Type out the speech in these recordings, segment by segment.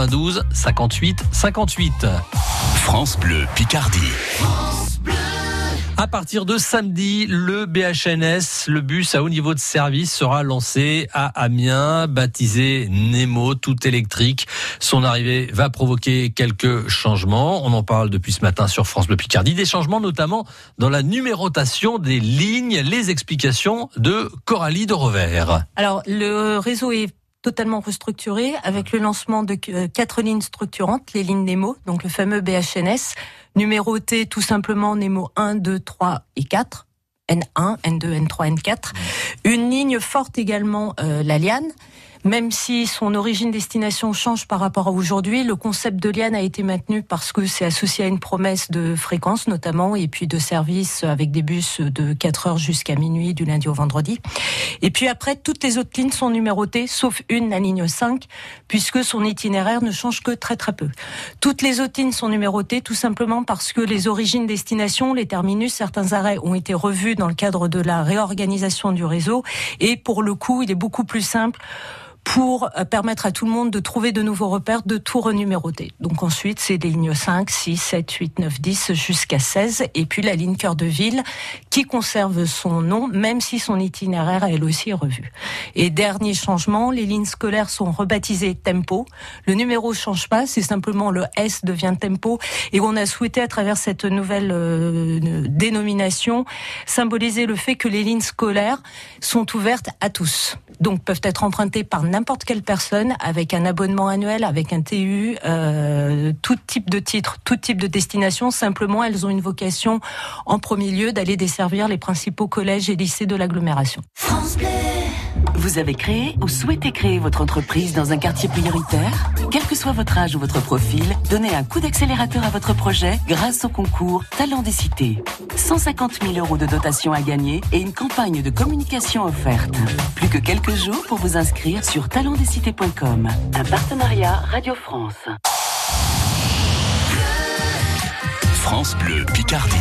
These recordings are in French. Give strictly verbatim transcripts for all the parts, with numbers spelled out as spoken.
quatre-vingt-douze cinquante-huit cinquante-huit. France Bleu Picardie. France Bleu. À partir de samedi, le B H N S, le bus à haut niveau de service, sera lancé à Amiens, baptisé Nemo, tout électrique. Son arrivée va provoquer quelques changements. On en parle depuis ce matin sur France Bleu Picardie. Des changements notamment dans la numérotation des lignes. Les explications de Coralie de Revers. Alors, le réseau est totalement restructuré avec le lancement de quatre lignes structurantes, les lignes Nemo, donc le fameux B H N S, numéroté tout simplement Nemo un, deux, trois et quatre, N un, N deux, N trois, N quatre. Une ligne forte également, euh, la Liane. Même si son origine-destination change par rapport à aujourd'hui, le concept de Liane a été maintenu parce que c'est associé à une promesse de fréquence notamment, et puis de service avec des bus de quatre heures jusqu'à minuit du lundi au vendredi. Et puis après, toutes les autres lignes sont numérotées, sauf une, la ligne cinq, puisque son itinéraire ne change que très très peu. Toutes les autres lignes sont numérotées tout simplement parce que les origines-destinations, les terminus, certains arrêts ont été revus dans le cadre de la réorganisation du réseau, et pour le coup, il est beaucoup plus simple pour permettre à tout le monde de trouver de nouveaux repères, de tout renuméroter. Donc ensuite, c'est les lignes cinq, six, sept, huit, neuf, dix jusqu'à seize, et puis la ligne Cœur de Ville qui conserve son nom, même si son itinéraire, elle aussi, est revu. Et dernier changement, les lignes scolaires sont rebaptisées Tempo. Le numéro change pas, c'est simplement le S devient Tempo, et on a souhaité, à travers cette nouvelle euh, dénomination, symboliser le fait que les lignes scolaires sont ouvertes à tous. Donc peuvent être empruntées par n'importe quelle personne avec un abonnement annuel, avec un T U, euh, tout type de titre, tout type de destination. Simplement, elles ont une vocation en premier lieu d'aller desservir les principaux collèges et lycées de l'agglomération. France Bleu. Vous avez créé ou souhaitez créer votre entreprise dans un quartier prioritaire ? Quel que soit votre âge ou votre profil, donnez un coup d'accélérateur à votre projet grâce au concours Talent des Cités. cent cinquante mille euros de dotation à gagner et une campagne de communication offerte. Plus que quelques jours pour vous inscrire sur talent des cités point com. Un partenariat Radio France. France Bleu Picardie.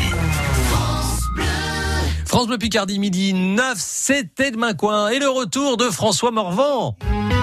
France Bleu Picardie, midi neuf, c'était Demain Coin. Et le retour de François Morvan.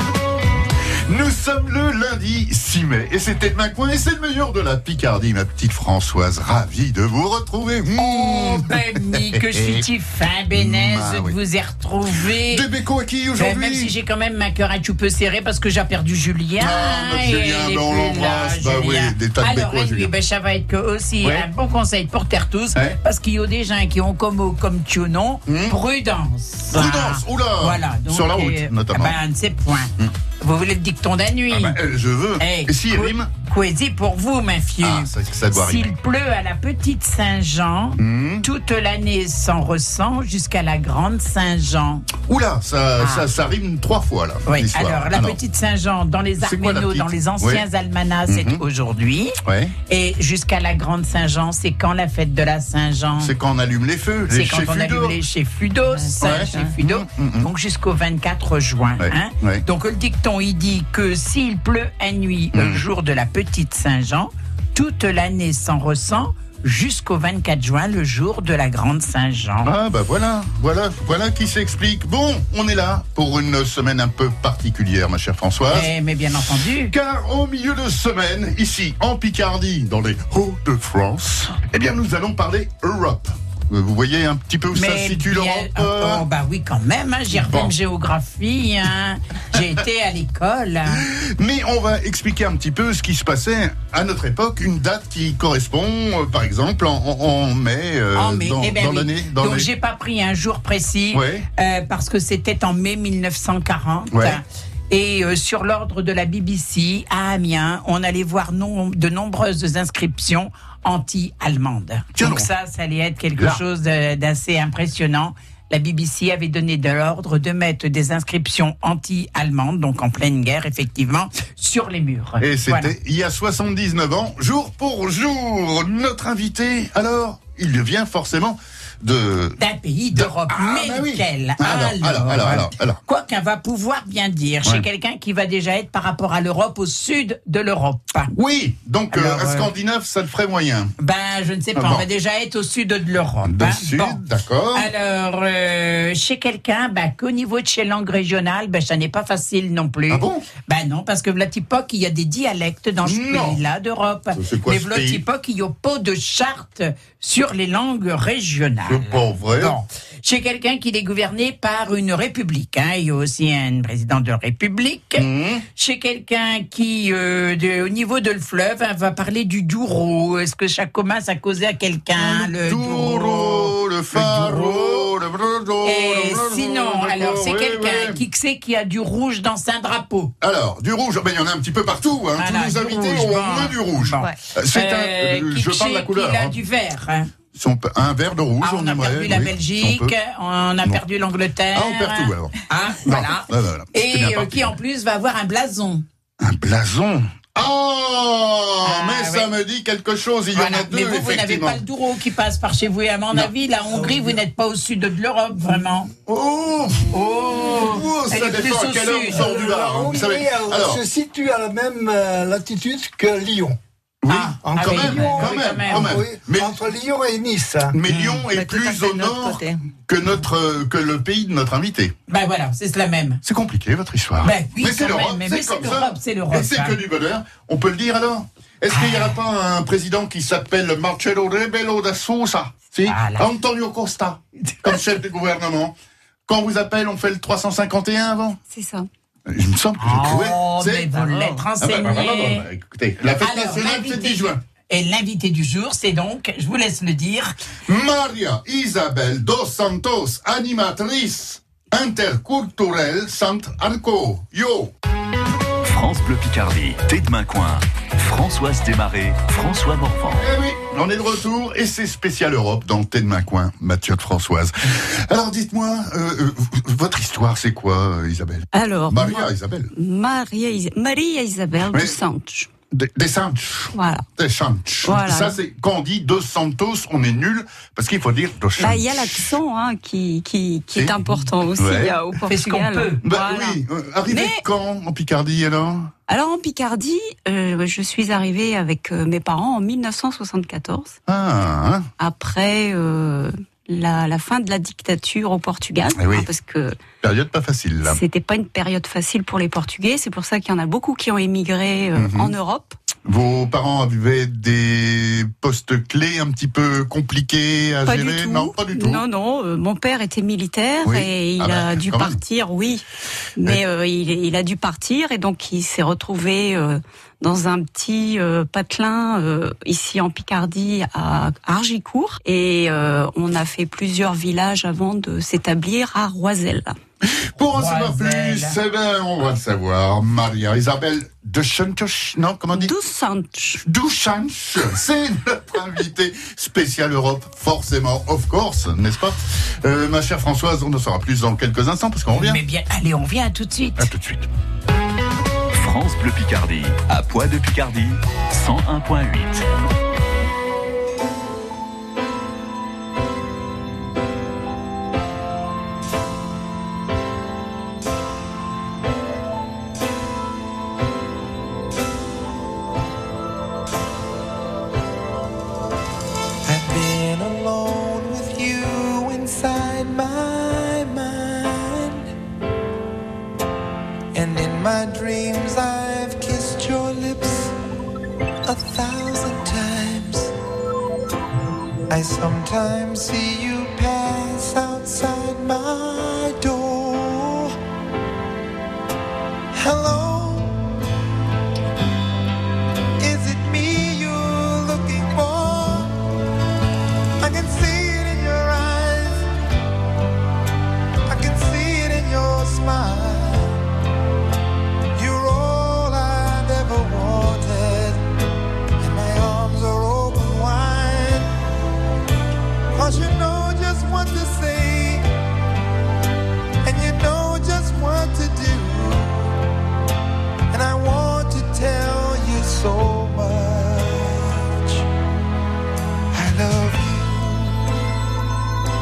Nous sommes le lundi six mai et c'était Demain Coin et c'est le meilleur de la Picardie, ma petite Françoise, ravie de vous retrouver. Mmh. Oh, Benny, que je suis fin bénaise Ah, de oui. vous y retrouver. Des bécos à qui aujourd'hui? Ben, même si j'ai quand même ma cœur un tout peu serré parce que j'ai perdu Julien. Ah, notre et Julien, elle est ben, on plus l'embrasse. là, Bah oui, Julien. des tas de Alors, bécos à et lui, Julien. ben, ça va être que aussi Ouais. un bon conseil pour terre tous, Ouais. parce qu'il y a des gens qui ont comme, comme tu nom, Mmh. prudence. Prudence, oula. Voilà. Donc, Sur la route, euh, notamment. Ben, c'est point. Mmh. Vous voulez le dicton de la nuit? Ah ben, euh, je veux. Hey, et si il co- rime? Poésie pour vous, ma fille. Ah, ça, ça doit rimer. S'il pleut à la petite Saint-Jean, Mmh. toute l'année s'en ressent jusqu'à la grande Saint-Jean. Oula, ça, Ah. ça, ça rime trois fois là. Oui, l'histoire. alors la Alors, petite Saint-Jean, dans les C'est quoi la Arménos, petite? dans les anciens Oui. almanachs, c'est Mhm. aujourd'hui. Ouais. Et jusqu'à la grande Saint-Jean, c'est quand la fête de la Saint-Jean? C'est quand on allume les feux, C'est les quand chez on Fudo. allume les chez Fudos, Ouais. chez Fudo, Mhm, mhm. donc jusqu'au vingt-quatre juin. Ouais, hein. ouais. Donc le dicton, il dit que s'il pleut à nuit, le Mhm. jour de la petite Saint-Jean, toute l'année s'en ressent jusqu'au vingt-quatre juin, le jour de la grande Saint-Jean. Ah bah voilà, voilà, voilà qui s'explique. Bon, on est là pour une semaine un peu particulière, ma chère Françoise. Eh, mais bien entendu. Car au milieu de semaine, ici en Picardie, dans les Hauts-de-France, eh bien nous allons parler Europe. Euh, Vous voyez un petit peu où ça se situe bien- l'Europe oh, euh oh, bah oui, quand même, hein, j'ai refait Bon. une géographie, hein. J'ai été à l'école. Hein. Mais on va expliquer un petit peu ce qui se passait à notre époque, une date qui correspond, euh, par exemple, en, en- en mai, euh, En mai, dans, eh ben dans oui. l'année. dans Donc les- j'ai pas pris un jour précis, Ouais. euh, parce que c'était en mai mille neuf cent quarante. Ouais. Et euh, sur l'ordre de la B B C, à Amiens, on allait voir non, de nombreuses inscriptions anti-allemandes. Tiens Donc donc. ça, ça allait être quelque Là. chose de- d'assez impressionnant. La B B C avait donné de l'ordre de mettre des inscriptions anti-allemandes, donc en pleine guerre, effectivement, sur les murs. Et c'était Voilà. il y a soixante-dix-neuf ans, jour pour jour. Notre invité, alors, il vient forcément de... D'un pays d'Europe. Ah, mais bah oui. lequel Alors, alors, alors, alors, alors. Quoi qu'on va pouvoir bien dire, Ouais. chez quelqu'un qui va déjà être par rapport à l'Europe, au sud de l'Europe. Oui, donc euh, Alors, un euh, Scandinave, ça le ferait moyen. Ben, je ne sais pas, Ah bon. on va déjà être au sud de l'Europe. De hein. sud, Bon. d'accord. Alors, euh, chez quelqu'un, ben, qu'au niveau de chez langue régionale, ben, ça n'est pas facile non plus. Ah bon? Ben non, parce que Vlatipoc, il y a des dialectes dans ce Non. pays-là d'Europe. C'est quoi Mais ce pays? Vlatipoc, il n'y a pas de charte sur les langues régionales. C'est pas vrai. Bon. Chez quelqu'un qui est gouverné par une république, hein, il y a aussi un président de république. Mmh. Chez quelqu'un qui, euh, de- au niveau de le fleuve, hein, va parler du Douro. Est-ce que ça commence à causer à quelqu'un, le Douro? Douro, le Faro, le Brodo. Et le- sinon, le- alors c'est oui, quelqu'un oui. qui sait qu'il y a du rouge dans un drapeau. Alors, du rouge, ben, il y en a un petit peu partout. Hein. Voilà, Tous nos du invités rouge, ont bon. au moins du rouge. Bon. Euh, C'est Euh, un, euh, qui je parle de la sait couleur. qu'il a hein. du vert. Hein. Son- un verre de rouge, Ah, on, on a aimerait. perdu la oui, Belgique, si on peut. on a Non. perdu l'Angleterre. Ah, on perd tout, alors. Ah, Non. voilà. Ouais, voilà. C'est Et bien euh, parti. qui en plus va avoir un blason. Un blason. Oh, Ah, mais ça oui. me dit quelque chose. Il y Voilà. en a deux, Mais vous, vous n'avez effectivement. pas le Douro qui passe par chez vous. Et à mon Non. avis, la Hongrie, vous n'êtes pas au sud de l'Europe, vraiment. Oh, Oh, oh, Elle ça est plus dépend à au quelle heure sud. on sort du bar. hein, La vous Hongrie savez. euh, Alors, se situe à la même euh, latitude que Lyon. oui, Ah, En ah quand oui, même, oui, quand oui, même, quand même. Oui, Mais, entre Lyon et Nice. mais Lyon est Bah, tout à plus fait au de notre nord côté. que notre euh, que le pays de notre invité. Ben voilà, c'est cela même. C'est compliqué votre histoire. Ben oui, mais c'est quand l'Europe, même, mais c'est c'est comme ça. l'Europe, c'est l'Europe, Et c'est hein. que du bonheur. On peut le dire alors. Est-ce qu'il n'y aura pas un président qui s'appelle Marcelo Rebelo da Sousa, si Voilà. Antonio Costa, comme chef du gouvernement. Quand on vous appelle, on fait le trois cent cinquante et un avant. C'est ça. Il me semble que j'ai trouvé. Oh, C'est- mais vous l'êtes Ah bah, bah, bah, bah, renseigné. bah, écoutez, la fête Alors, nationale, c'est l'invité dix juin. du- Et l'invité du jour, c'est donc, je vous laisse le dire, Maria Isabel dos Santos, animatrice interculturelle Centre Arco. Yo! France Bleu Picardie, Thé de Maincoin, Françoise Desmarais, François Morvan. Eh oui, on est de retour et c'est spécial Europe dans le Thé de Maincoin, Mathieu de Françoise. Alors dites-moi, euh, euh, votre histoire c'est quoi, euh, Isabelle? Alors, Maria moi, Isabelle. Maria, Is- Maria Isabel Oui. dos Santos. Des, des Santos. Voilà. Des Santos. Voilà. Ça c'est, quand on dit Dos Santos, on est nul parce qu'il faut dire Dos Santos. Là, il y a l'accent hein, qui, qui, qui Si. est important aussi Ouais. euh, au Fait ce qu'on Portugal. peut. Bah Voilà. oui, euh, arrivé Mais- quand en Picardie alors? Alors en Picardie, euh, je suis arrivée avec euh, mes parents en mille neuf cent soixante-quatorze, Ah, hein. après euh, la, la fin de la dictature au Portugal, Eh oui. hein, parce que Période pas facile là. c'était pas une période facile pour les Portugais. C'est pour ça qu'il y en a beaucoup qui ont émigré euh, Mhm. en Europe. Vos parents avaient des postes clés un petit peu compliqués à Pas gérer? du tout. Non, pas du tout. Non, non. euh, mon père était militaire Oui. et il Ah bah, a dû quand même. partir, oui. Mais euh, il, il a dû partir et donc il s'est retrouvé euh, dans un petit euh, patelin euh, ici en Picardie à Argicourt et euh, on a fait plusieurs villages avant de s'établir à Roiselle. Pour en savoir Roiselle. plus, eh ben, on va le savoir. Maria Isabelle de Santos, non, comment on dit? Dos Santos. Douchanch, c'est notre invité spécial Europe, forcément, of course, n'est-ce pas? Euh, ma chère Françoise, on en saura plus dans quelques instants parce qu'on revient. mais bien, allez, on vient tout de suite. À tout de suite. France Bleu Picardie, à Poix de Picardie, cent un point huit. I've been alone with you inside my mind, and in my dreams I've kissed your lips a thousand times. I sometimes see you pass outside my door. Hello. Is it me you're looking for? I can see it in your eyes. I can see it in your smile. You're all I've ever wanted, and my arms are open wide. 'Cause you know just what to say, and you know just what to do. And I want to tell you so much. I love you.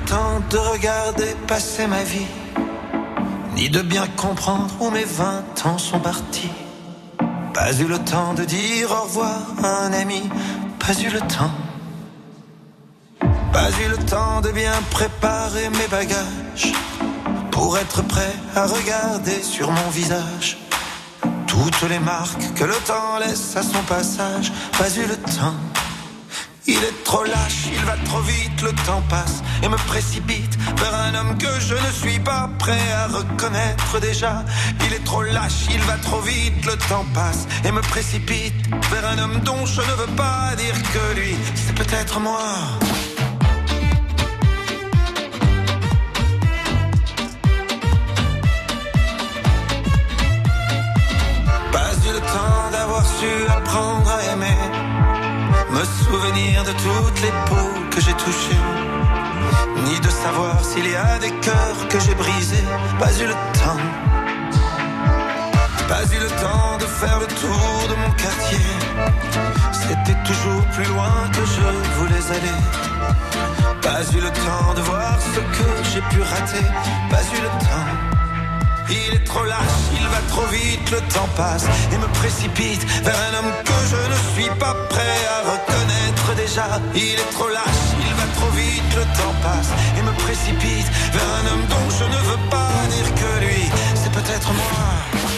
temps de regarder passer ma vie, ni de bien comprendre où mes vingt ans sont partis. Pas eu le temps de dire au revoir à un ami, pas eu le temps. Pas eu le temps de bien préparer mes bagages, pour être prêt à regarder sur mon visage toutes les marques que le temps laisse à son passage. Pas eu le temps. Il est trop lâche, il va trop vite, le temps passe et me précipite vers un homme que je ne suis pas prêt à reconnaître déjà. Il est trop lâche, il va trop vite, le temps passe et me précipite vers un homme dont je ne veux pas dire que lui, c'est peut-être moi. Pas eu le temps d'avoir su apprendre à aimer, me souvenir de toutes les peaux que j'ai touchées, ni de savoir s'il y a des cœurs que j'ai brisés. Pas eu le temps. Pas eu le temps de faire le tour de mon quartier, c'était toujours plus loin que je voulais aller. Pas eu le temps de voir ce que j'ai pu rater. Pas eu le temps. Il est trop lâche, il va trop vite, le temps passe et me précipite vers un homme que je ne suis pas prêt à reconnaître déjà. Il est trop lâche, il va trop vite, le temps passe et me précipite vers un homme dont je ne veux pas dire que lui, c'est peut-être moi.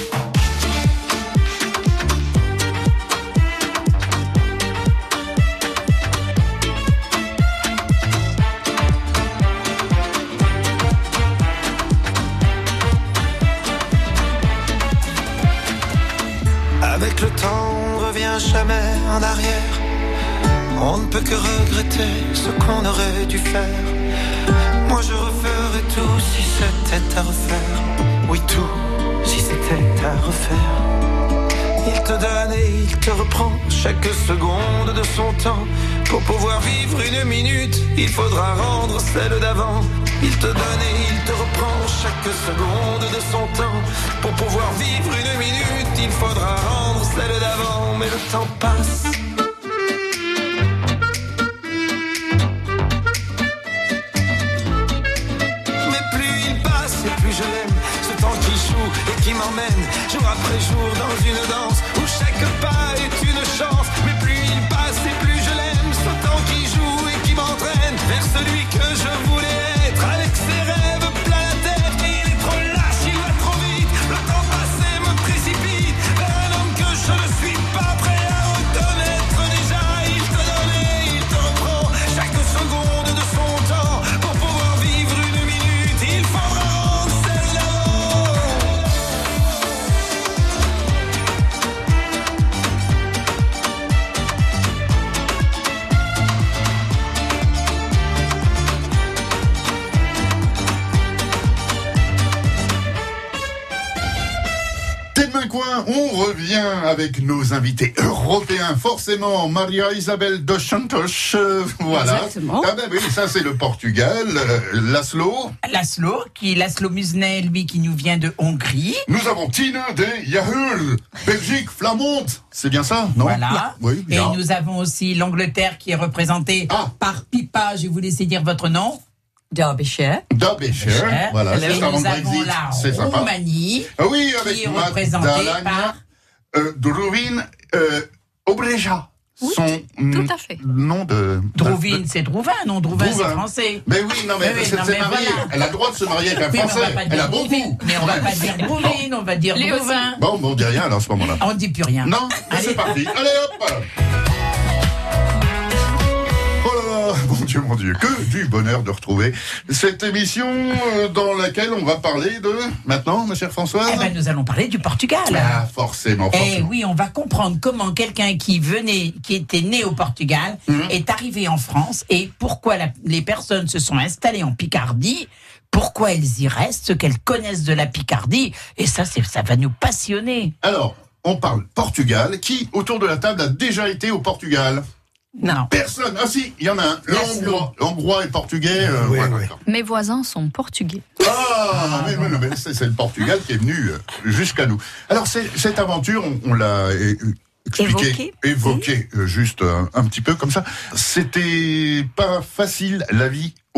Avec le temps, on revient jamais en arrière. On ne peut que regretter ce qu'on aurait dû faire. Moi je referais tout si c'était à refaire. Oui, tout si c'était à refaire. Il te donne et il te reprend chaque seconde de son temps. Pour pouvoir vivre une minute, il faudra rendre celle d'avant. Il te donne et il te reprend chaque seconde de son temps. Pour pouvoir vivre une minute, il faudra rendre celle d'avant. Mais le temps passe. Mais plus il passe et plus je l'aime. Ce temps qui joue et qui m'emmène jour après jour dans une danse où chaque pas est une chance. Mais plus il passe et plus je l'aime. Ce temps qui joue et qui m'entraîne vers celui que je voulais être. Avec ses rêves plein la tête. Et il est trop lâche, il va trop vite. Le temps passé me précipite vers un homme que je ne suis pas prêt à reconnaître déjà. Il te donne et il te reprend chaque seconde de son temps. Pour pouvoir vivre une minute, il faudra rendre celle d'avant. Coin, on revient avec nos invités européens, forcément Maria Isabel dos Santos, euh, voilà. Exactement. Ah ben oui, ça c'est le Portugal, euh, Laszlo. Laszlo, qui est Laszlo Musnet, lui qui nous vient de Hongrie. Nous avons Tine de Yahul, Belgique flamande, c'est bien ça, non? Voilà. Oui, et bien. nous avons aussi l'Angleterre qui est représentée ah. par Pippa, je vais vous laisser dire votre nom. Derbyshire. Derbyshire, voilà, et c'est nous avant le avons Brexit, la c'est sympa. Roumanie, Ah oui, qui avec est représentée Magdalena par euh, Druvin euh, Obreja. Oui, Son tout à fait. nom de... Drouvin, de- c'est Drouvin, non, Drouvin, Drouvin. c'est français. Mais oui, non, mais Oui, oui, c'est non, c'est mais marié. voilà. Elle a le droit de se marier avec un Oui, mais on Français. va pas Elle dire a beaucoup. Drouvin, mais on va pas dire Drouvin, on va dire Lui aussi. Drouvin. Bon, bon, on dit rien alors à ce moment-là. On dit plus rien. Non, c'est parti. Allez hop. Oh là là, mon Dieu, mon Dieu, que du bonheur de retrouver cette émission euh, dans laquelle on va parler de, maintenant, ma chère Françoise. Eh ben, nous allons parler du Portugal. Ah, forcément, Eh forcément. oui, on va comprendre comment quelqu'un qui venait, qui était né au Portugal, Mhm. est arrivé en France et pourquoi la- les personnes se sont installées en Picardie, pourquoi elles y restent, ce qu'elles connaissent de la Picardie. Et ça, c'est, ça va nous passionner. Alors, on parle Portugal. Qui, autour de la table, a déjà été au Portugal? Non. Personne. Ah si, il y en a un. Laszlo. L'Hongrois, Hongrois et Portugais. euh, Oui, voilà, oui. d'accord. Mes voisins sont portugais. Ah, mais, mais, mais, mais c'est, c'est le Portugal qui est venu euh, jusqu'à nous. Alors, c'est, cette aventure, on, on l'a euh, expliqué, Évoqué. évoqué, euh, juste euh, un petit peu comme ça. C'était pas facile, la vie au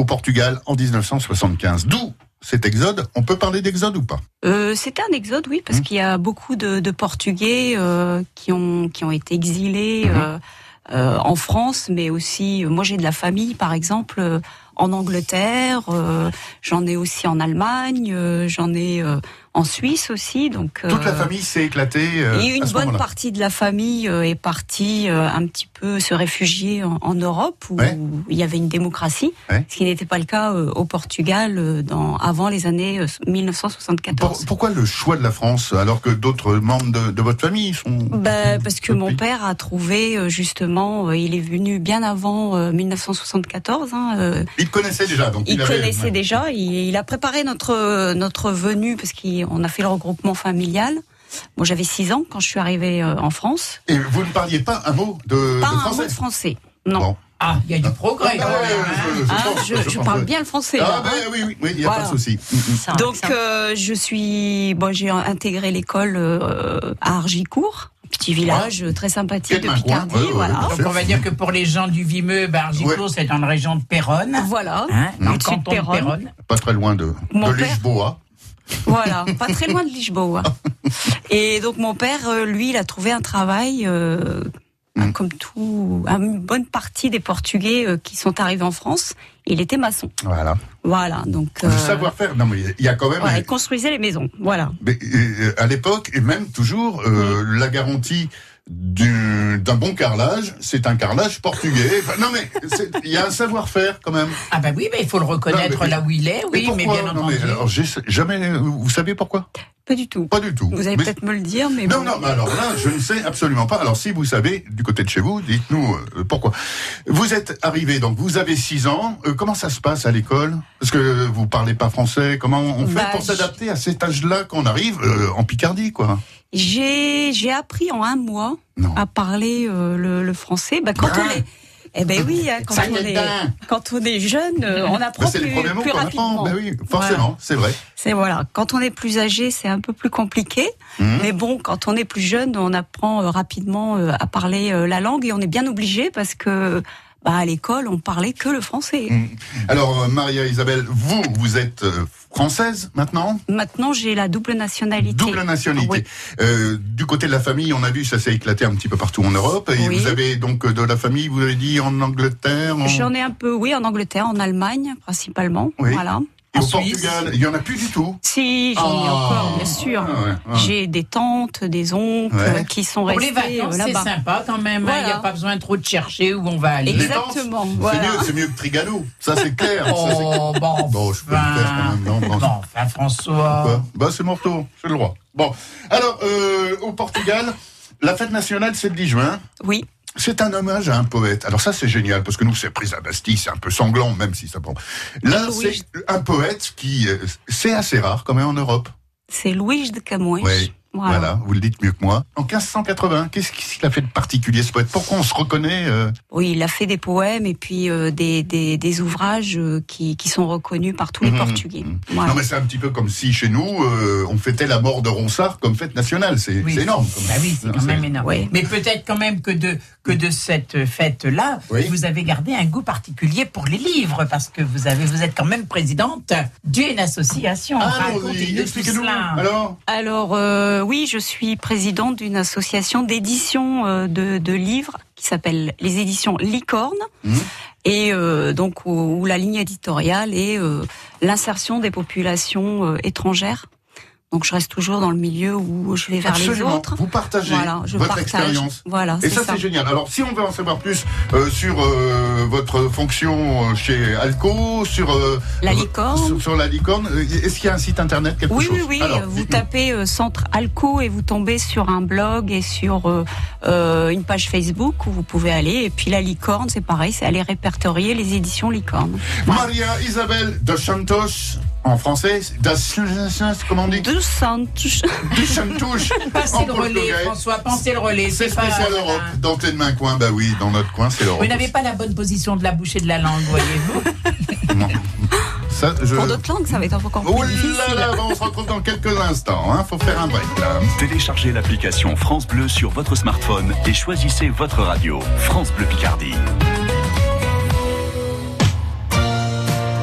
au Portugal en dix-neuf cent soixante-quinze. D'où cet exode? On peut parler d'exode ou pas? Euh, c'était un exode, oui, parce mmh. qu'il y a beaucoup de, de Portugais euh, qui ont qui ont été exilés mmh. euh, euh, en France, mais aussi, moi j'ai de la famille, par exemple, euh, en Angleterre, euh, j'en ai aussi en Allemagne, euh, j'en ai euh, en Suisse aussi. Donc euh, toute la famille s'est éclatée. Euh, et une à ce bonne moment-là. partie de la famille euh, est partie euh, un petit peu se réfugier en, en Europe où, ouais. où il y avait une démocratie, ouais. ce qui n'était pas le cas euh, au Portugal euh, dans avant les années euh, dix-neuf cent soixante-quatorze. Pour, pourquoi le choix de la France alors que d'autres membres de, de votre famille sont bah, parce que mon père a trouvé euh, justement, euh, il est venu bien avant euh, dix-neuf cent soixante-quatorze. Hein, euh, il connaissait déjà, donc il, il avait, connaissait ouais. déjà. Il, il a préparé notre notre venue parce qu'on a fait le regroupement familial. Moi, j'avais six ans quand je suis arrivée euh, en France. Et vous ne parliez pas un mot de, pas de français? un mot de français, non. Bon. Ah, il y a du progrès. Ah, ouais, je, je, ah, pense, je, je, je pense, parle ouais. bien le français. Ah, là, ben, hein. oui, oui, oui, il n'y a voilà. pas de souci. Ça, Donc, euh, je suis, bon, j'ai intégré l'école euh, à Argicourt. Petit village ouais. très sympathique Quel de Picardie, ouais, ouais, voilà. Donc on va dire que pour les gens du Vimeux, ben Argicourt ouais. c'est dans la région de Péronne. Voilà, hein, dans le le canton de Péronne. Péronne. Pas très loin de, de Lisboa. Voilà, pas très loin de Lisboa. Et donc mon père, lui, il a trouvé un travail, euh, mm. comme tout, une bonne partie des Portugais euh, qui sont arrivés en France. Il était maçon. Voilà. Voilà, donc. Le euh, savoir-faire, non mais il y a quand même. Voilà, il construisait les maisons, voilà. Mais euh, à l'époque et même toujours, euh, mm. la garantie du, d'un bon carrelage, c'est un carrelage portugais. Enfin, non mais il y a un savoir-faire quand même. Ah bah oui, mais il faut le reconnaître non, mais, là où il est, oui, mais, mais bien non, entendu. Mais, alors, j'ai jamais. Vous savez pourquoi? Pas du tout. Pas du tout. Vous allez mais... peut-être me le dire, mais non, bon. non. Mais alors là, je ne sais absolument pas. Alors si vous savez, du côté de chez vous, dites-nous euh, pourquoi. Vous êtes arrivé, donc vous avez six ans. Euh, comment ça se passe à l'école? Parce que vous parlez pas français. Comment on fait bah, pour s'adapter à cet âge-là qu'on arrive euh, en Picardie, quoi? J'ai j'ai appris en un mois non. à parler euh, le, le français. Bah quand ben. on est Eh ben oui, hein, quand, on est, quand on est jeune, euh, on apprend ben, plus, plus rapidement. Ben oui, forcément, voilà. c'est vrai. C'est voilà. Quand on est plus âgé, c'est un peu plus compliqué. Mmh. Mais bon, quand on est plus jeune, on apprend euh, rapidement euh, à parler euh, la langue et on est bien obligé parce que bah, à l'école, on parlait que le français. Mmh. Alors, Maria Isabelle, vous, vous êtes euh, française maintenant? Maintenant, j'ai la double nationalité. Double nationalité. Oui. Euh, du côté de la famille, on a vu, ça s'est éclaté un petit peu partout en Europe. Et oui. vous avez donc de la famille, vous avez dit en Angleterre en... J'en ai un peu, oui, en Angleterre, en Allemagne, principalement. Oui. Voilà. Et au Portugal, il n'y en a plus du tout? Si, j'en ai oh. encore, bien sûr. Ah ouais, ouais. J'ai des tantes, des oncles ouais. qui sont Pour restés là-bas. Pour les vacances, c'est sympa quand même. Il voilà. n'y a pas besoin trop de chercher où on va aller. Exactement. Voilà. C'est mieux, c'est mieux que Trigano. Ça, c'est clair. Oh, ça, c'est... bon. Bon, je peux ben... le faire quand même. Non, bon, bon enfin, François. Quoi bah, c'est mon retour. Je suis le roi. Bon. Alors, euh, au Portugal, la fête nationale, c'est le dix juin. Oui. C'est un hommage à un poète. Alors ça, c'est génial, parce que nous, c'est prise à Bastille, c'est un peu sanglant, même si ça prend. Là, oui. c'est un poète qui, c'est assez rare, quand même, en Europe. C'est Luís de Camões. Oui. Voilà. voilà, vous le dites mieux que moi. En quinze cent quatre-vingts, qu'est-ce qu'il a fait de particulier, ce poète? Pourquoi on se reconnaît euh... Oui, il a fait des poèmes et puis euh, des, des, des ouvrages euh, qui, qui sont reconnus par tous les mmh, Portugais. Mmh. Voilà. Non, mais c'est un petit peu comme si, chez nous, euh, on fêtait la mort de Ronsard comme fête nationale. C'est, oui. c'est énorme. Bah oui, c'est quand c'est... même énorme. Oui. Mais peut-être quand même que de, que de cette fête-là, oui. vous avez gardé un goût particulier pour les livres, parce que vous, avez, vous êtes quand même présidente d'une association. Ah, Racontez-nous expliquez-nous. Alors, Alors euh, oui, je suis présidente d'une association d'édition euh, de, de livres qui s'appelle les éditions Licorne, mmh. et euh, donc où, où la ligne éditoriale est euh, l'insertion des populations euh, étrangères. Donc je reste toujours dans le milieu où je vais vers Absolument. les autres. Vous partagez voilà, je votre partage. expérience. Voilà, et c'est ça, ça, c'est génial. Alors si on veut en savoir plus euh, sur euh, votre fonction chez Alco, sur euh, la licorne, sur, sur la licorne, est-ce qu'il y a un site internet, quelque oui, chose? Oui, oui, Alors, vous dites-nous. tapez euh, Centre Alco et vous tombez sur un blog et sur euh, euh, une page Facebook où vous pouvez aller. Et puis la licorne, c'est pareil, c'est aller répertorier les éditions Licorne. Voilà. Maria Isabelle dos Santos. En français, das, comment on dit? Dos Santos. Dos Santos. Passez le relais, François, pensez le relais. C'est, c'est spécial pas, Europe. Hein. Dans tes mains coin, bah oui, dans notre coin, c'est l'Europe. Vous n'avez pas la bonne position de la bouche et de la langue, voyez-vous. Non. Ça, je... Pour d'autres langues, ça va être encore plus oh difficile. Là là, on se retrouve dans quelques instants. Hein. Faut faire un break là. Téléchargez l'application France Bleu sur votre smartphone et choisissez votre radio. France Bleu Picardie.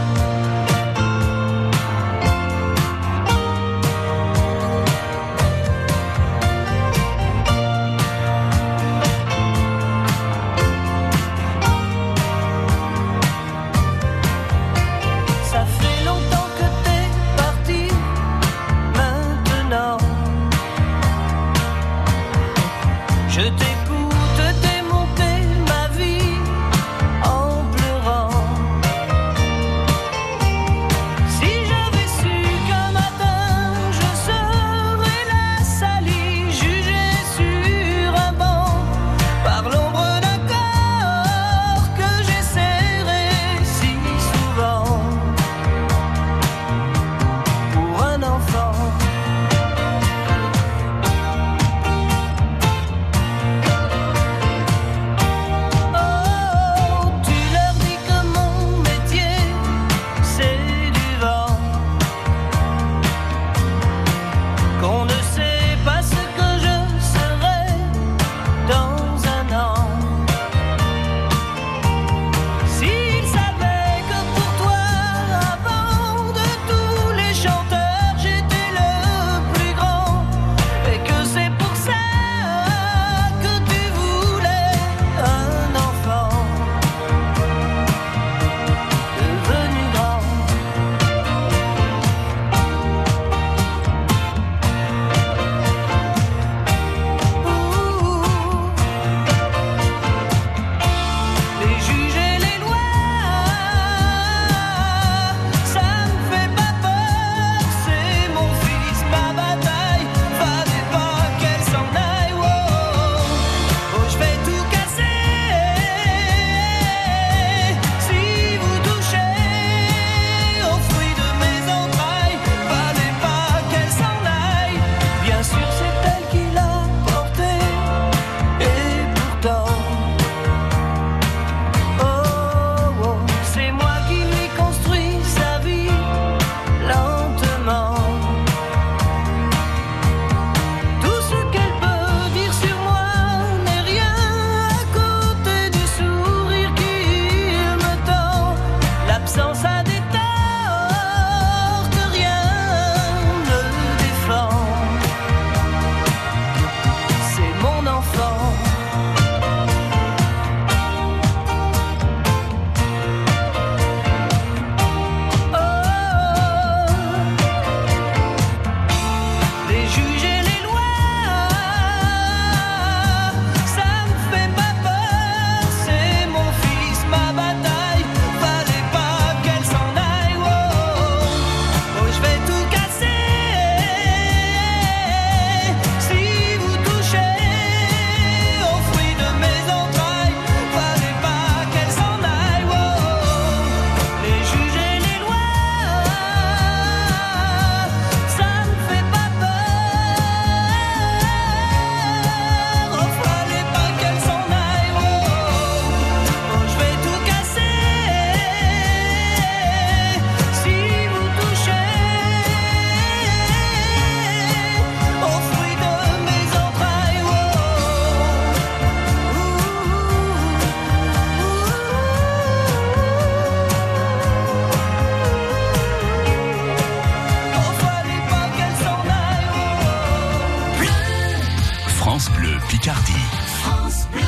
Picardie. France Bleu.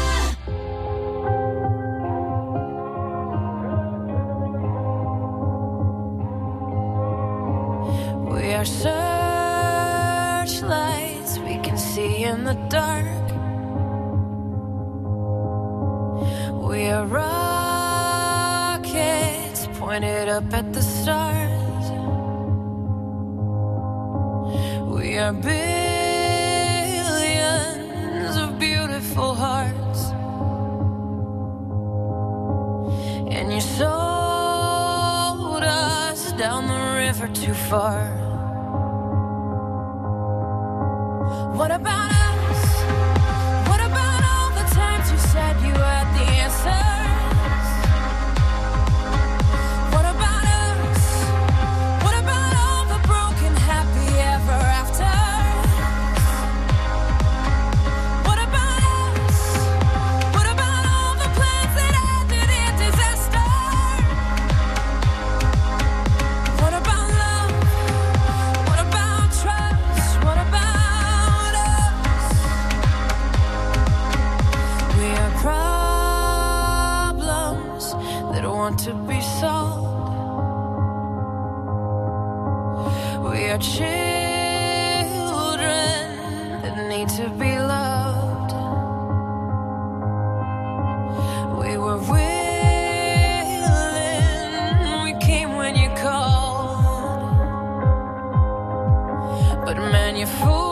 We are searchlights we can see in the dark. We are rockets pointed up at the stars. We are billions of beautiful hearts. And you sold us down the river too far. What about us? What about all the times you said you had the answers? What about us? What about all the broken happy ever after? What about us? What about all the plans that ended in disaster? What about love? What about trust? What about problems that want to be solved. We are children that need to be loved. We were willing, we came when you called. But man, you fooled.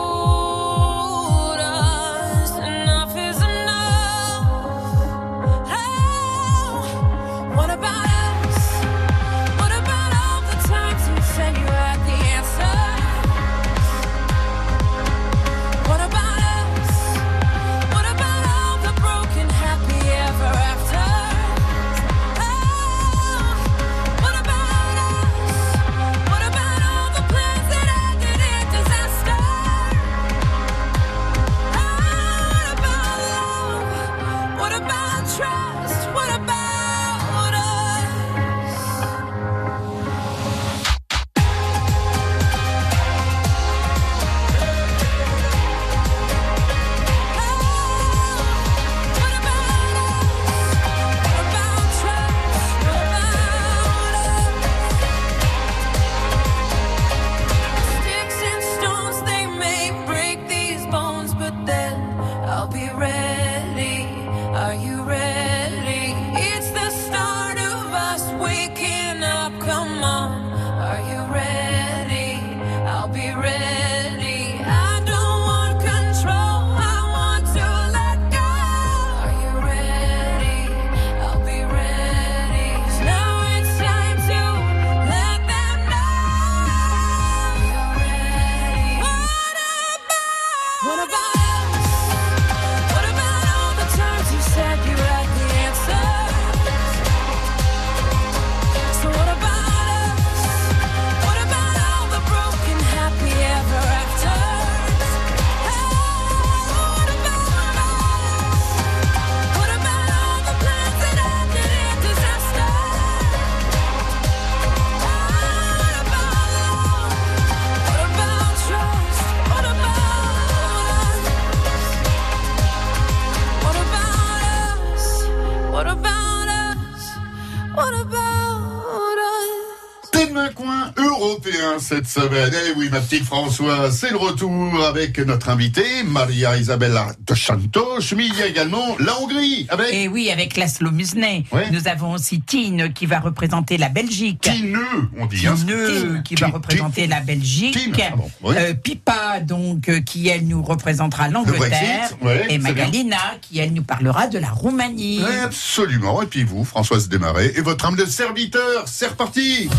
Cette semaine. Eh oui, ma petite Françoise, c'est le retour avec notre invitée, Maria Isabella de Santos, mais il y a également la Hongrie. Avec... Et oui, avec Laszlo Muznej. Ouais. Nous avons aussi Tine qui va représenter la Belgique. Tine, on dit. Tine, hein, qui Tine, va représenter Tine, la Belgique. Tine, ah bon, oui. euh, Pipa, donc, qui elle nous représentera l'Angleterre. Le ouais, et Magalina, qui elle nous parlera de la Roumanie. Ouais, absolument. Et puis vous, Françoise Desmarais, et votre âme de serviteur, c'est reparti.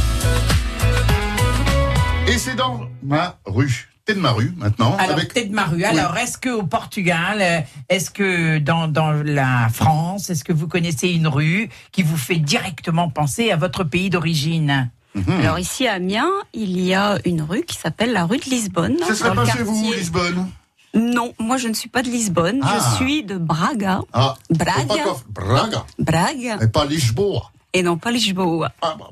Et c'est dans ma rue. T'es de ma rue maintenant. Alors, avec... t'es de ma rue. Alors, oui. Est-ce qu'au Portugal, est-ce que dans, dans la France, est-ce que vous connaissez une rue qui vous fait directement penser à votre pays d'origine ? Mmh. Alors, ici à Amiens, il y a une rue qui s'appelle la rue de Lisbonne. Ce serait pas chez vous, Lisbonne ? Non, moi je ne suis pas de Lisbonne, ah. je suis de Braga. Ah, Braga. Braga. Braga. Et pas Lisboa. Et non, pas Lisboa. Ah, bah, voilà.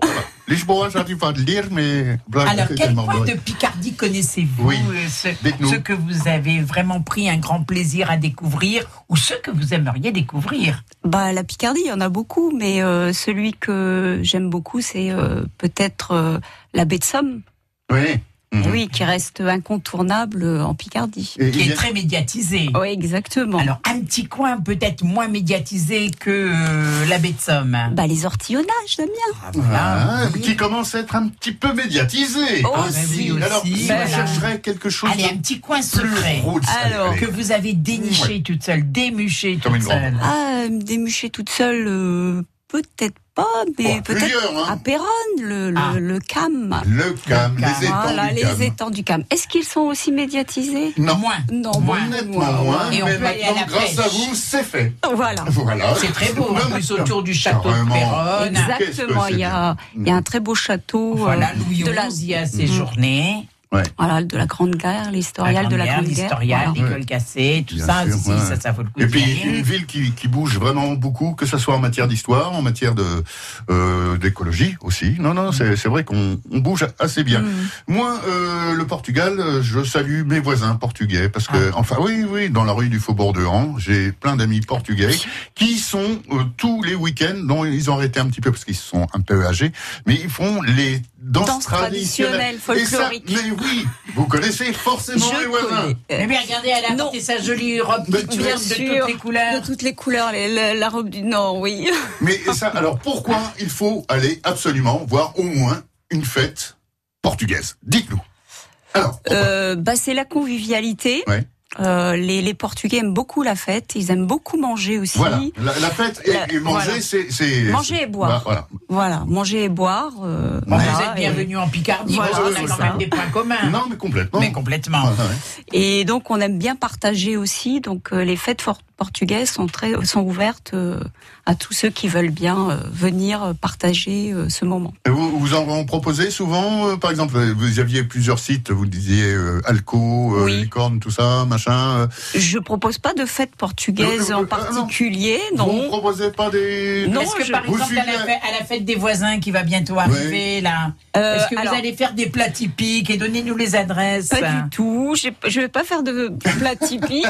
Lisboa, j'arrive pas à le lire, mais... Alors, c'est quel tellement point vrai. de Picardie connaissez-vous? Oui. euh, ce, Dites-nous. ce que vous avez vraiment pris un grand plaisir à découvrir ou ce que vous aimeriez découvrir? Bah, la Picardie, il y en a beaucoup, mais euh, celui que j'aime beaucoup, c'est euh, peut-être euh, la baie de Somme. Oui. Eh oui, qui reste incontournable en Picardie. Et Qui il y est a- très médiatisé. Oui, exactement. Alors, un petit coin peut-être moins médiatisé que euh, la baie de Somme. Bah, les ortillonnages, Damien. Ah, voilà, Ah, oui. qui commence à être un petit peu médiatisé. Oh, Ah, ben oui, aussi, Alors, si voilà. je chercherais quelque chose Allez, un de petit coin plus secret roots, Alors, allez. que vous avez déniché Ouais. toute seule, démuché Comme toute une grande. seule. Ah, me démucher toute seule, euh, peut-être pas, mais Oh, peut-être plusieurs, hein. à Péronne, le, le, Ah. le C A M. Le cam, Le cam. les étangs Voilà, du les cam. étangs du C A M. Est-ce qu'ils sont aussi médiatisés? Non, Moins. Non, Moins. honnêtement moins, Et on mais peut aller à maintenant, la grâce à pêche. vous, c'est fait. Voilà. Voilà. C'est très beau, en Non, plus non. autour du château Carrément. de Péronne. Exactement, c'est il y a, il y a un très beau château. euh, Voilà, Louis de la, onze y a séjourné. voilà, de la Grande Guerre, l'historial de la Grande Guerre. L'historial, Voilà. l'école cassée, tout Bien ça, sûr, si, si, ouais. ça, ça vaut le coup Et d'y puis aller. une ville qui, qui bouge vraiment beaucoup, que ce soit en matière d'histoire, en matière de euh, d'écologie aussi. Non, non, c'est c'est vrai qu'on on bouge assez bien. Mm. Moi, euh, le Portugal, euh, je salue mes voisins portugais parce que, enfin, oui, oui, dans la rue du Faubourg de Han, j'ai plein d'amis portugais qui sont euh, tous les week-ends, dont ils ont arrêté un petit peu parce qu'ils sont un peu âgés, mais ils font les danses, Danses traditionnelles, Et ça, folkloriques. mais oui, vous connaissez forcément les Je voisins. connais. Mais bien, regardez, elle a Non. porté sa jolie robe Mais qui bien tourne de sûr, toutes les couleurs. De toutes les couleurs, les- la, la robe du Nord, oui. Mais ça, alors pourquoi il faut aller absolument voir au moins une fête portugaise? Dites-nous. Alors, Euh, bah, c'est la convivialité. Ouais. Euh, les, les Portugais aiment beaucoup la fête, ils aiment beaucoup manger aussi. voilà, la, la fête et, La- et manger, voilà. c'est, c'est Manger et boire. Voilà. Voilà, manger et boire. euh, Bon, voilà, vous êtes et- bienvenue en Picardie, Voilà, parce qu'on c'est a quand ça. même des points communs. Non, mais complètement. Mais complètement. Ouais, ouais. Et donc on aime bien partager aussi. Donc euh, les fêtes for- portugaises sont très sont ouvertes euh, à tous ceux qui veulent bien euh, venir euh, partager euh, ce moment. Et vous, vous en proposez souvent, euh, par exemple, vous aviez plusieurs sites, vous disiez euh, Alco, euh, Oui. Licorne, tout ça, machin. euh, Je propose pas de fête portugaise Euh, euh, en euh, particulier, Vous non. ne proposez pas des... Non, Est-ce que je- par vous exemple, à la, suivez- fête, à la fête des voisins qui va bientôt arriver, là, Euh, est-ce que alors- vous allez faire des plats typiques et donnez-nous les adresses? Pas du tout. J'ai- Je vais pas faire de plat typique.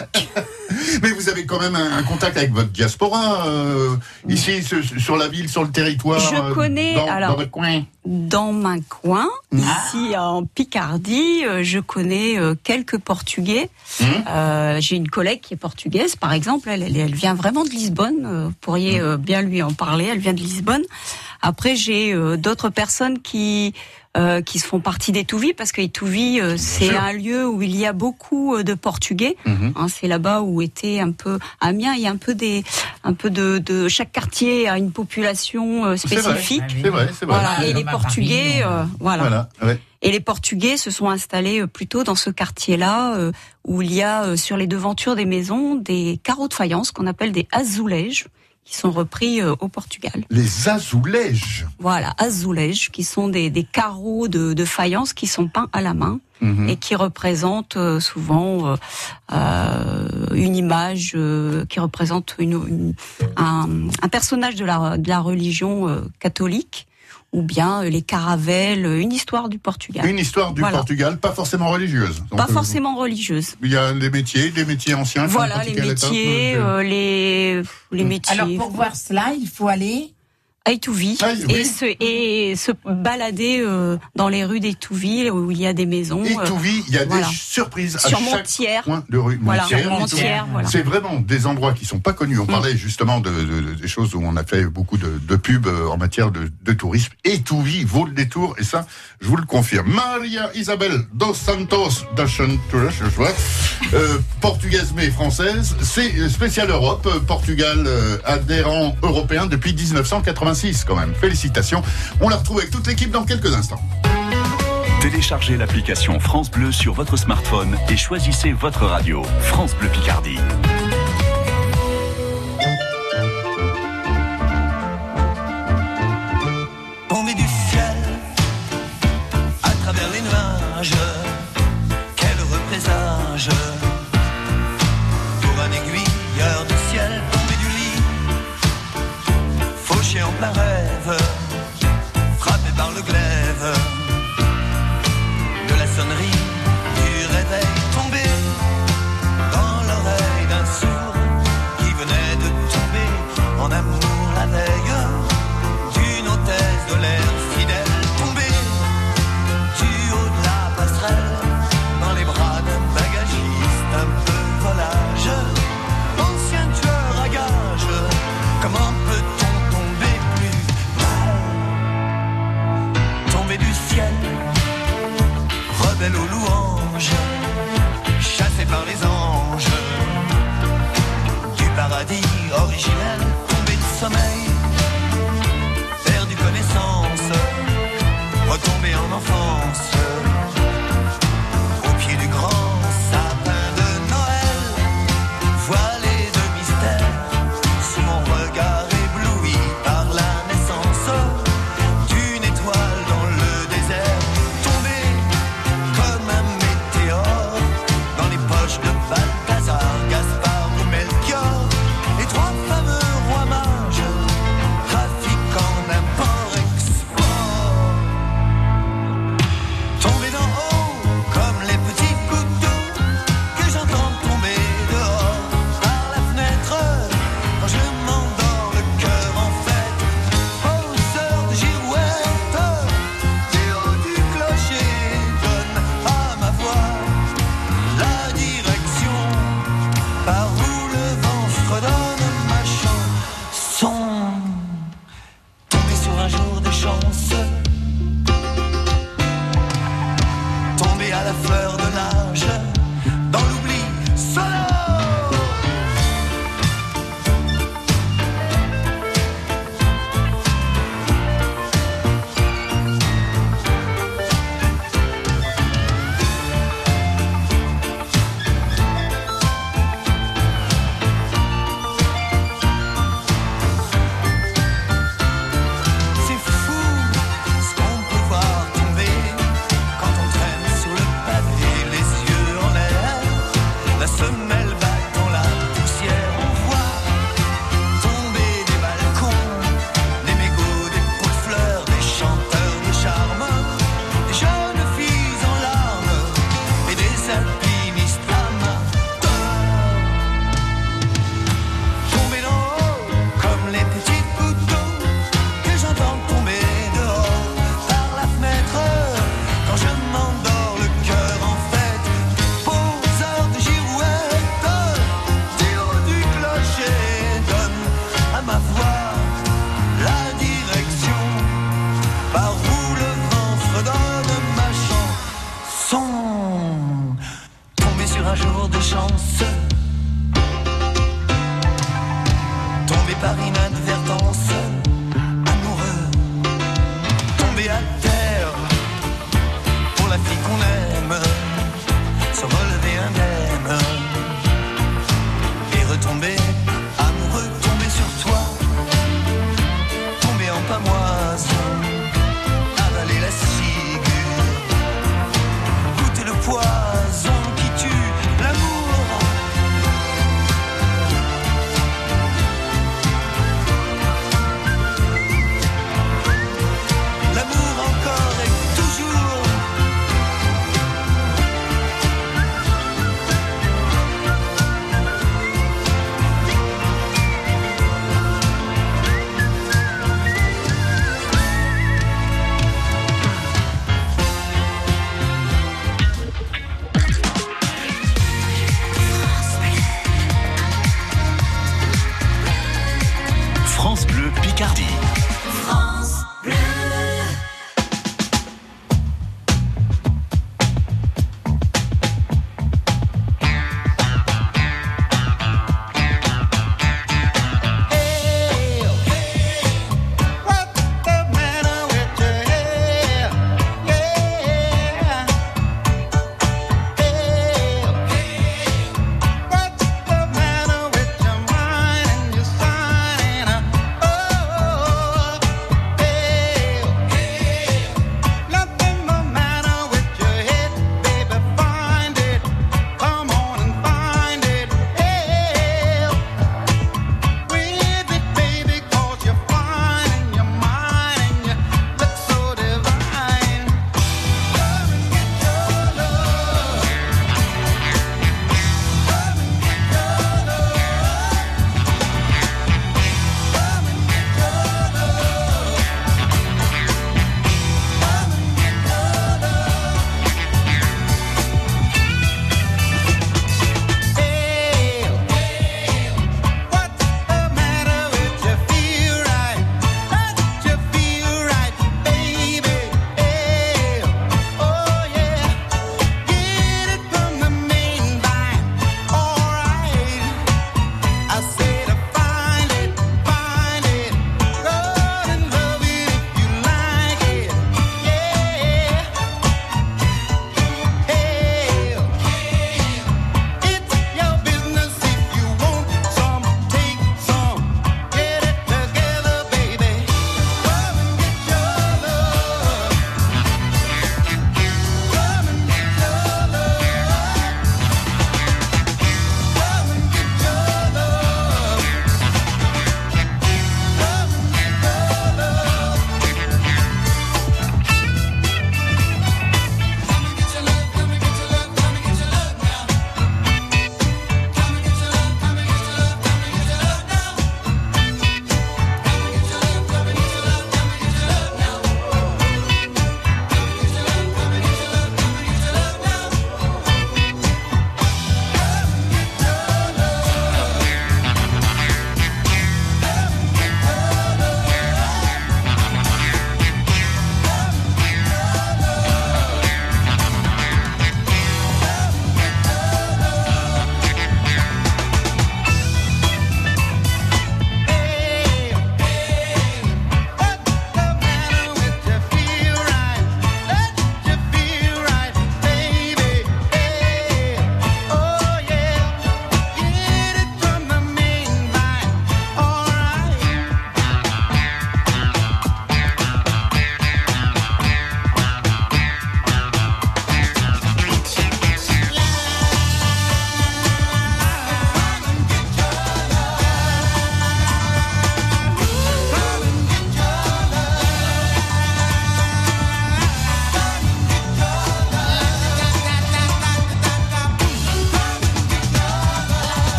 Mais vous avez quand même un, un contact avec votre diaspora, euh, ici, ce- sur la ville, sur le territoire. Je euh, connais, dans, alors- dans votre coin. Dans mon coin, ici en Picardie, euh, je connais euh, quelques Portugais. Mmh. Euh, J'ai une collègue qui est portugaise, par exemple. Elle, elle, elle vient vraiment de Lisbonne. Euh, Vous pourriez euh, bien lui en parler. Elle vient de Lisbonne. Après, j'ai euh, d'autres personnes qui euh, qui se font partie d'Étouville, parce qu'Étouville, euh, c'est sûr. un lieu où il y a beaucoup euh, de Portugais. Mhm. Hein, c'est là-bas où était un peu Amiens. Il y a un peu des, un peu de, de chaque quartier a une population euh, C'est vrai, spécifique. c'est vrai, c'est vrai. Voilà, et les Comme à Portugais, Paris, on- euh, voilà. Voilà, ouais. Et les Portugais se sont installés euh, plutôt dans ce quartier-là, euh, où il y a euh, sur les devantures des maisons des carreaux de faïence qu'on appelle des azulejos, qui sont repris euh, au Portugal. Les azulejos. Voilà, azulejos, qui sont des, des carreaux de, de faïence qui sont peints à la main Mhm. et qui représentent euh, souvent euh, euh, une image euh, qui représente une, une- un, un personnage de la, de la religion euh, catholique, ou bien euh, les caravelles, une histoire du Portugal. Une histoire du Voilà. Portugal, pas forcément religieuse. Donc, Pas euh, forcément religieuse. Il y a des métiers, des métiers anciens. qui Voilà, sont les pratiqués à l'état. métiers, euh, les, les métiers. Alors, pour voir cela, il faut aller... à Étouville Ah, oui. et, se, et se balader euh, dans les rues d'Étouville où il y a des maisons. euh, Étouville, il y a voilà. des surprises à Sur chaque Montière. coin de rue. Voilà, Montière, sur Étouville. Montière, voilà. C'est vraiment des endroits qui sont pas connus. On parlait justement de, de- de- des choses où on a fait beaucoup de, de pubs euh, en matière de, de tourisme. Étouville vaut le détour, et ça, je vous le confirme. Maria Isabel dos Santos da Chantura, je vois, euh, portugaise mais française, c'est spécial Europe, euh, Portugal euh, adhérent européen depuis dix-neuf cent quatre-vingt-six quand même. Félicitations. On la retrouve avec toute l'équipe dans quelques instants. Téléchargez l'application France Bleu sur votre smartphone et choisissez votre radio. France Bleu Picardie. Tombé du ciel, à travers les nuages, quel heureux présage, pour un aiguilleur du ciel tombé du lit, fauché en plein rêve, frappé par le glaive. louanges, chassé par les anges, du paradis originel, tombé de sommeil, perdu connaissance, retombé en enfance, au pied du grand sapin de Noël, voilé de mystère, sous mon regard ébloui par la naissance d'une étoile dans le désert, tombé comme un météore dans les poches de Balthazar, Gaspard ou Melchior, les trois fameux rois mages trafiquant d'import-export. Tombé d'en haut comme les petits couteaux que j'entends tomber dehors par la fenêtre quand je m'endors le cœur en fête, aux heures de girouette, du haut du clocher donne à ma voix la direction par où le vent fredonne ma chanson. Tombé sur un jour de chance, tombé à la fleur de l'âge, dans l'oubli sonore. C'est fou ce qu'on peut voir tomber quand on traîne sur le pavé, les yeux en l'air, la semelle battant la poussière. On voit tomber des balcons, des mégots, des pots de fleurs, des chanteurs de charme, des jeunes filles en larmes et des alpinistes amateurs. Tomber d'en haut comme les petits couteaux que j'entends tomber dehors par la fenêtre quand je m'endors le cœur en fête, aux heures de girouette, du haut du clocher donne à ma voix la direction par où le vent fredonne ma chanson. Tombé sur un jour de chance, tombé par inadvertance, amoureux, tombé à terre pour la fille qu'on aime, se relever indemne et retomber amoureux, tomber sur toi, tomber en pamoise, avaler la ciguë, goûter le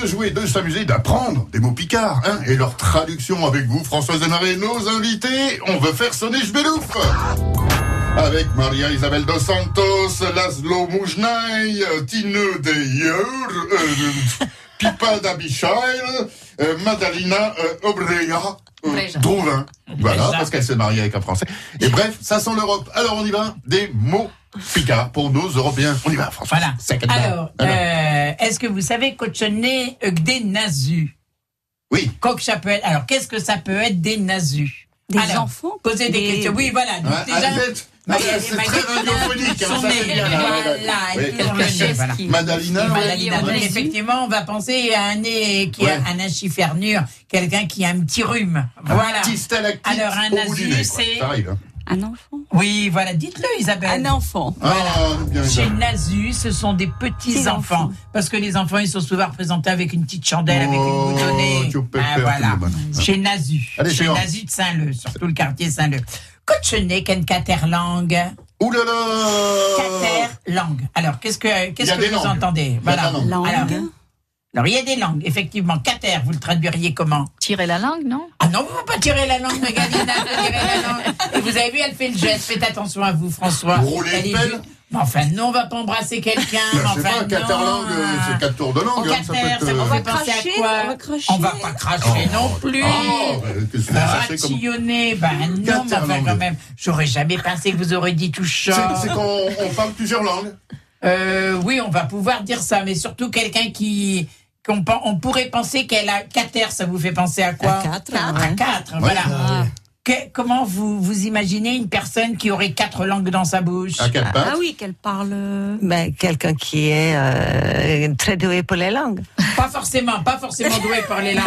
de jouer, de s'amuser, d'apprendre des mots picards, hein, et leur traduction avec vous, Françoise Desmarais, nos invités. On veut faire sonner Jbelouf avec Maria Isabel dos Santos, Laszlo Moujnaï, Tine Deyer, euh, Pipa d'Abichail, euh, Madalina euh, Obreja, euh, Drouvin. Voilà, parce qu'elle s'est mariée avec un Français. Et bref, ça sent l'Europe. Alors on y va, des mots picards pour nos Européens. On y va, François. Voilà. Alors, euh, est-ce que vous savez cochonner des nazus? Oui. Coq, ça peut être. Alors, qu'est-ce que ça peut être des nazus? Des Alors, enfants? Poser des, des questions. Oui, voilà. Donc, Ah, déjà. Annette, Ma- c'est ma- très ma- radiophonique, hein, sont ça nés. c'est bien. là, Voilà, ouais, ouais. elle Oui. est tournée, voilà. Madalina, Madalina. ouais. Donc, Nazu. effectivement, on va penser à un nez qui Ouais. a un achifernure, quelqu'un qui a un petit rhume. Voilà. Petit stalactite Alors, un au bout du nez, nazu, quoi. c'est. Ça arrive, hein. Un enfant? Oui, voilà. Dites-le, Isabelle. Un enfant. Ah, bien, Chez bien. Nazu, ce sont des petits Petits enfants. enfants. Parce que les enfants, ils sont souvent représentés avec une petite chandelle, avec une Oh, boutonnée. tu peux Ah, faire voilà. tout le monde. Chez Nazu. Allez, Chez suivant. Nazu de Saint-Leu, surtout le quartier Saint-Leu. Cochonnet, Ken Caterlang. Ouh là là. Caterlang. Alors, qu'est-ce que, Il y qu'est-ce a que des vous langues. entendez? Il y a Voilà. de la langue. Langue. Alors, alors, il y a des langues, effectivement. Cater, vous le traduiriez comment? Tirer la langue, non? Ah non, vous ne pouvez pas tirer la langue, Magalina, vous tirez la langue. Et vous avez vu, elle fait le geste. Faites attention à vous, François. Vous roulez Elle une est pelle ju- Mais enfin, non, on va pas embrasser quelqu'un. Je mais sais enfin, pas, Caterlang, non. euh, c'est quatre tours de langue. Au hein, ça peut Cater, être, ça euh, vous On va fait penser à cracher, quoi? on va cracher. On va pas cracher non plus. Oh, bah, qu'est-ce que ça, c'est comme- Ratillonner, ben non, mais enfin Caterlang. quand même, j'aurais jamais pensé que vous aurez dit tout C'est ça. c'est quand on parle plusieurs langues. Euh, oui, on va pouvoir dire ça, mais surtout quelqu'un qui... qu'on pen- on pourrait penser qu'elle a Cater, ça vous fait penser à quoi? À quatre, À ouais. quatre, Ouais. voilà. Ah. Que- comment vous, vous imaginez une personne qui aurait quatre langues dans sa bouche? À quatre pattes. Ah oui, qu'elle parle. Ben, quelqu'un qui est euh, très doué pour les langues. Pas forcément, pas forcément doué par les langues.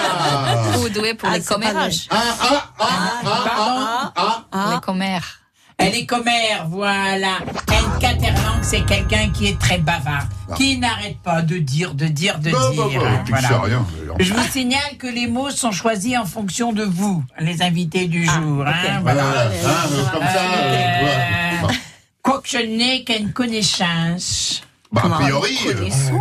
Ah. Ou doué pour Ah, les c'est pas commérages. Ah, ah, ah, ah, Pardon? ah, ah. Les commères. Elle est commère, voilà. Un Caterlang, c'est quelqu'un qui est très bavard, Ah. qui n'arrête pas de dire, de dire, de Bah, bah, dire. bah, hein, tu voilà. sais rien. Je vous signale que les mots sont choisis en fonction de vous, les invités du Ah, jour. ok. Hein, Voilà, voilà. hein, mais comme ça. euh, Euh, ouais. Quoi que je n'ai qu'une connaissance. Bah, a priori. euh,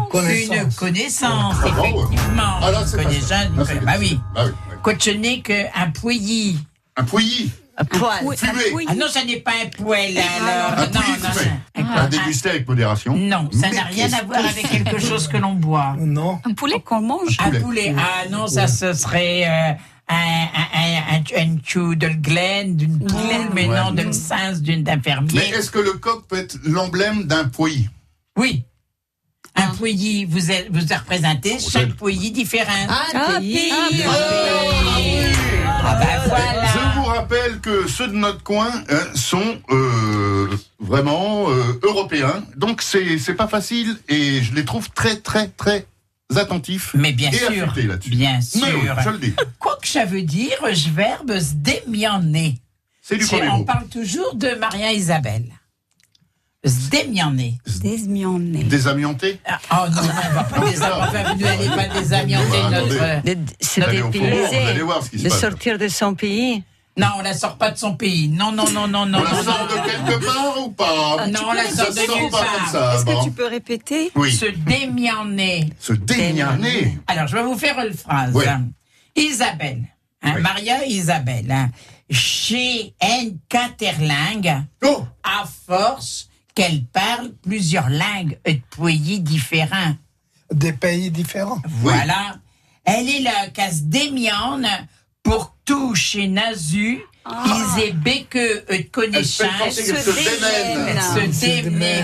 Une connaissance, Ah, bon, ouais. effectivement. Ah, là, c'est Une pas connaissance, ça. une Là, c'est conna- Bah oui. Ah oui, oui. Quoi que je n'ai qu'un pouilly. Un pouilly. Un poil. Oui, Fumé. un pouilly. Ah non, ça n'est pas un poêle, alors. Un non, pouilly non, fumé. non. À déguster avec modération. Non, ça Mais n'a rien à qu'est-ce voir que avec c'est quelque chose que l'on boit. Non. Un poulet Qu'on mange. Un poulet. poulet. Ah non, ça, ce serait euh, un, un, un, un, un chou de glaine, d'une poule, mais Ouais. non, de sens, d'une d'un Mais fermier. est-ce que le coq peut être l'emblème d'un pouilly? Oui. Un pouilly, vous êtes, vous êtes représenté chaque êtes- pouilly différent. Ah, pays. Ah, pays. Ah ben Je voilà. vous rappelle que ceux de notre coin hein, sont euh, vraiment euh, européens. Donc c'est c'est pas facile et je les trouve très très très attentifs. Mais bien et sûr, affûtés là-dessus. bien Mais oui, sûr. je le dis. Quoi que ça veut dire, je verbe se démianner. C'est du C'est- premier On mot. parle toujours de Maria Isabelle. Se démianner. Désmianné. Désamianté. Ah, oh non, on va pas désamianter. Vous n'allez pas désamianter Ouais, notre. attendez. De- Se Allez au fond, vous allez dépayser. voir ce qui se De passe. sortir de son pays. Non, on la sort pas de son pays. Non, non, non, non, non. On la non, sort non. de quelque part ou pas? Non, on la Ça sort de sort nulle pas part. comme ça. Est-ce que bon. tu peux répéter? Oui. Se démianner. Se démianer. Alors, je vais vous faire une phrase. Oui. Isabelle. Hein, Oui. Maria Isabelle. Hein, chez N. Caterlang, Oh. à force qu'elle parle plusieurs langues et de pays différents. Des pays différents. Voilà. Elle est là, qu'elle se démianne pour tout chez Nazu. Ils aient béque de Elle fait connaissances. penser qu'elle se démène. Elle se démène.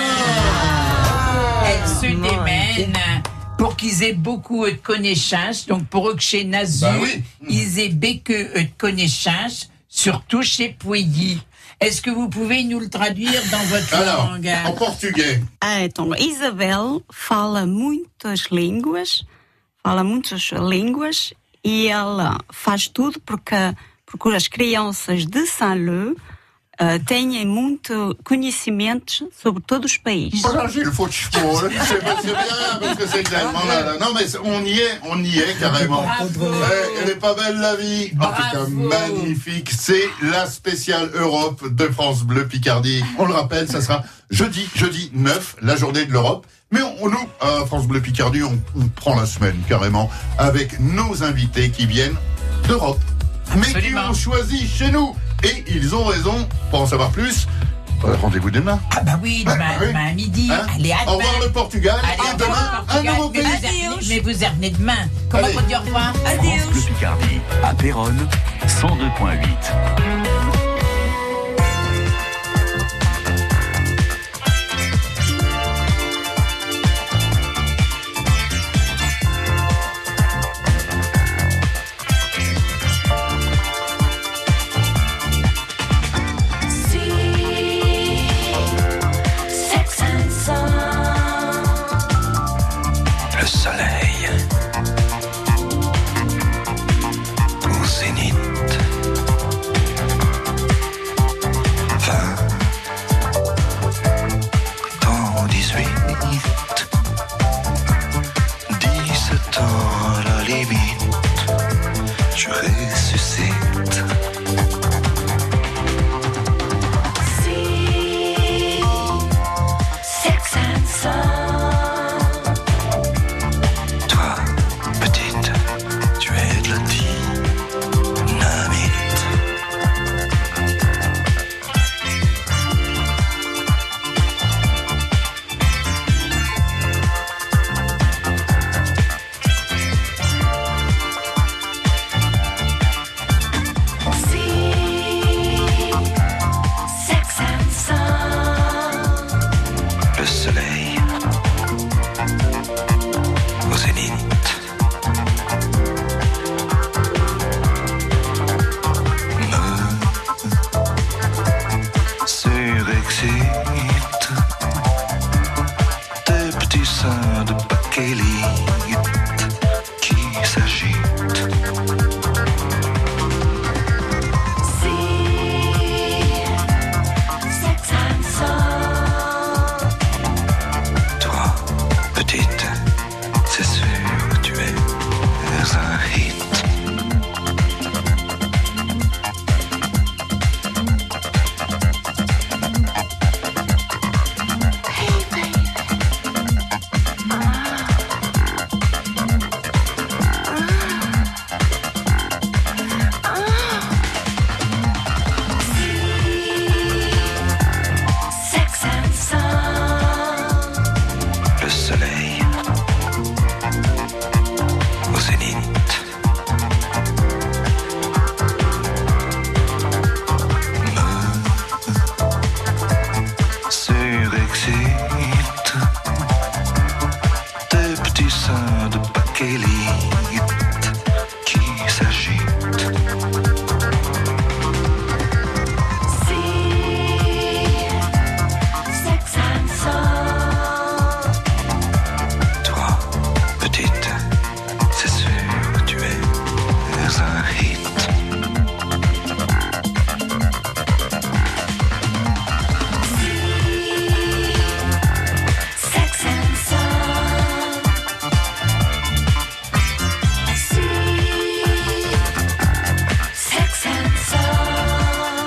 Elle se démène pour qu'ils aient beaucoup de connaissances. Donc, pour eux que chez Nazu, Bah oui. ils aient béque de connaissances, surtout chez Pouilly. Est-ce que vous pouvez nous le traduire dans votre Alors, langue? en portugais. Ah, então, Isabel fala muitas línguas, fala muitas línguas e ela faz tudo porque, porque as crianças de Saint-Leu uh, têm muito conhecimento sobre todos os países. Brasil Futebol, c'est pas c'est bien parce que c'est exactement là, là. Non mais on y est, on y est carrément. Eh, elle est pas belle la vie. En tout cas, magnifique. C'est la spéciale Europe de France Bleu Picardie. On le rappelle, ça sera jeudi, jeudi neuf, la journée de l'Europe. Mais on, nous, à France Bleu Picardie, on, on prend la semaine carrément avec nos invités qui viennent d'Europe, mais Absolument. qui ont choisi chez nous. Et ils ont raison. Pour en savoir plus, euh, rendez-vous demain. Ah bah oui, demain, Ah, oui. demain à midi. Hein Allez, à Au revoir demain. le Portugal. Allez, et au demain, revoir, un Portugal. nouveau Mais pays. vous revenez- Mais vous revenez demain. Comment Allez. on dit au revoir? France Bleu Picardie, à Péronne, cent deux point huit. Sex and Sun. Le soleil au zénith. Vingt ans, dix-huit, dix-sept ans à la limite. Je ressuscite. Sex and Sun. Toi, petite, tu es de la dynamite. Sex and Sun. Le soleil au zénith. Me surexcite tes petits seins de bakélite qui s'agitent. Sex and Sun. Toi, petite, c'est sûr, tu es un hit. Sex and Sun. Le soleil au zénith. Me surexcite tes petits seins de bakélite qui s'agitent. Sex and Sun. Toi, petite, c'est sûr, tu es un hit. Sex and Sun. Sex and Sun.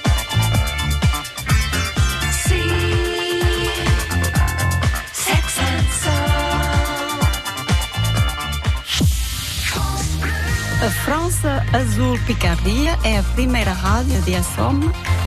Sex and Sun. A France Azul Picardia é a primeira rádio de Açores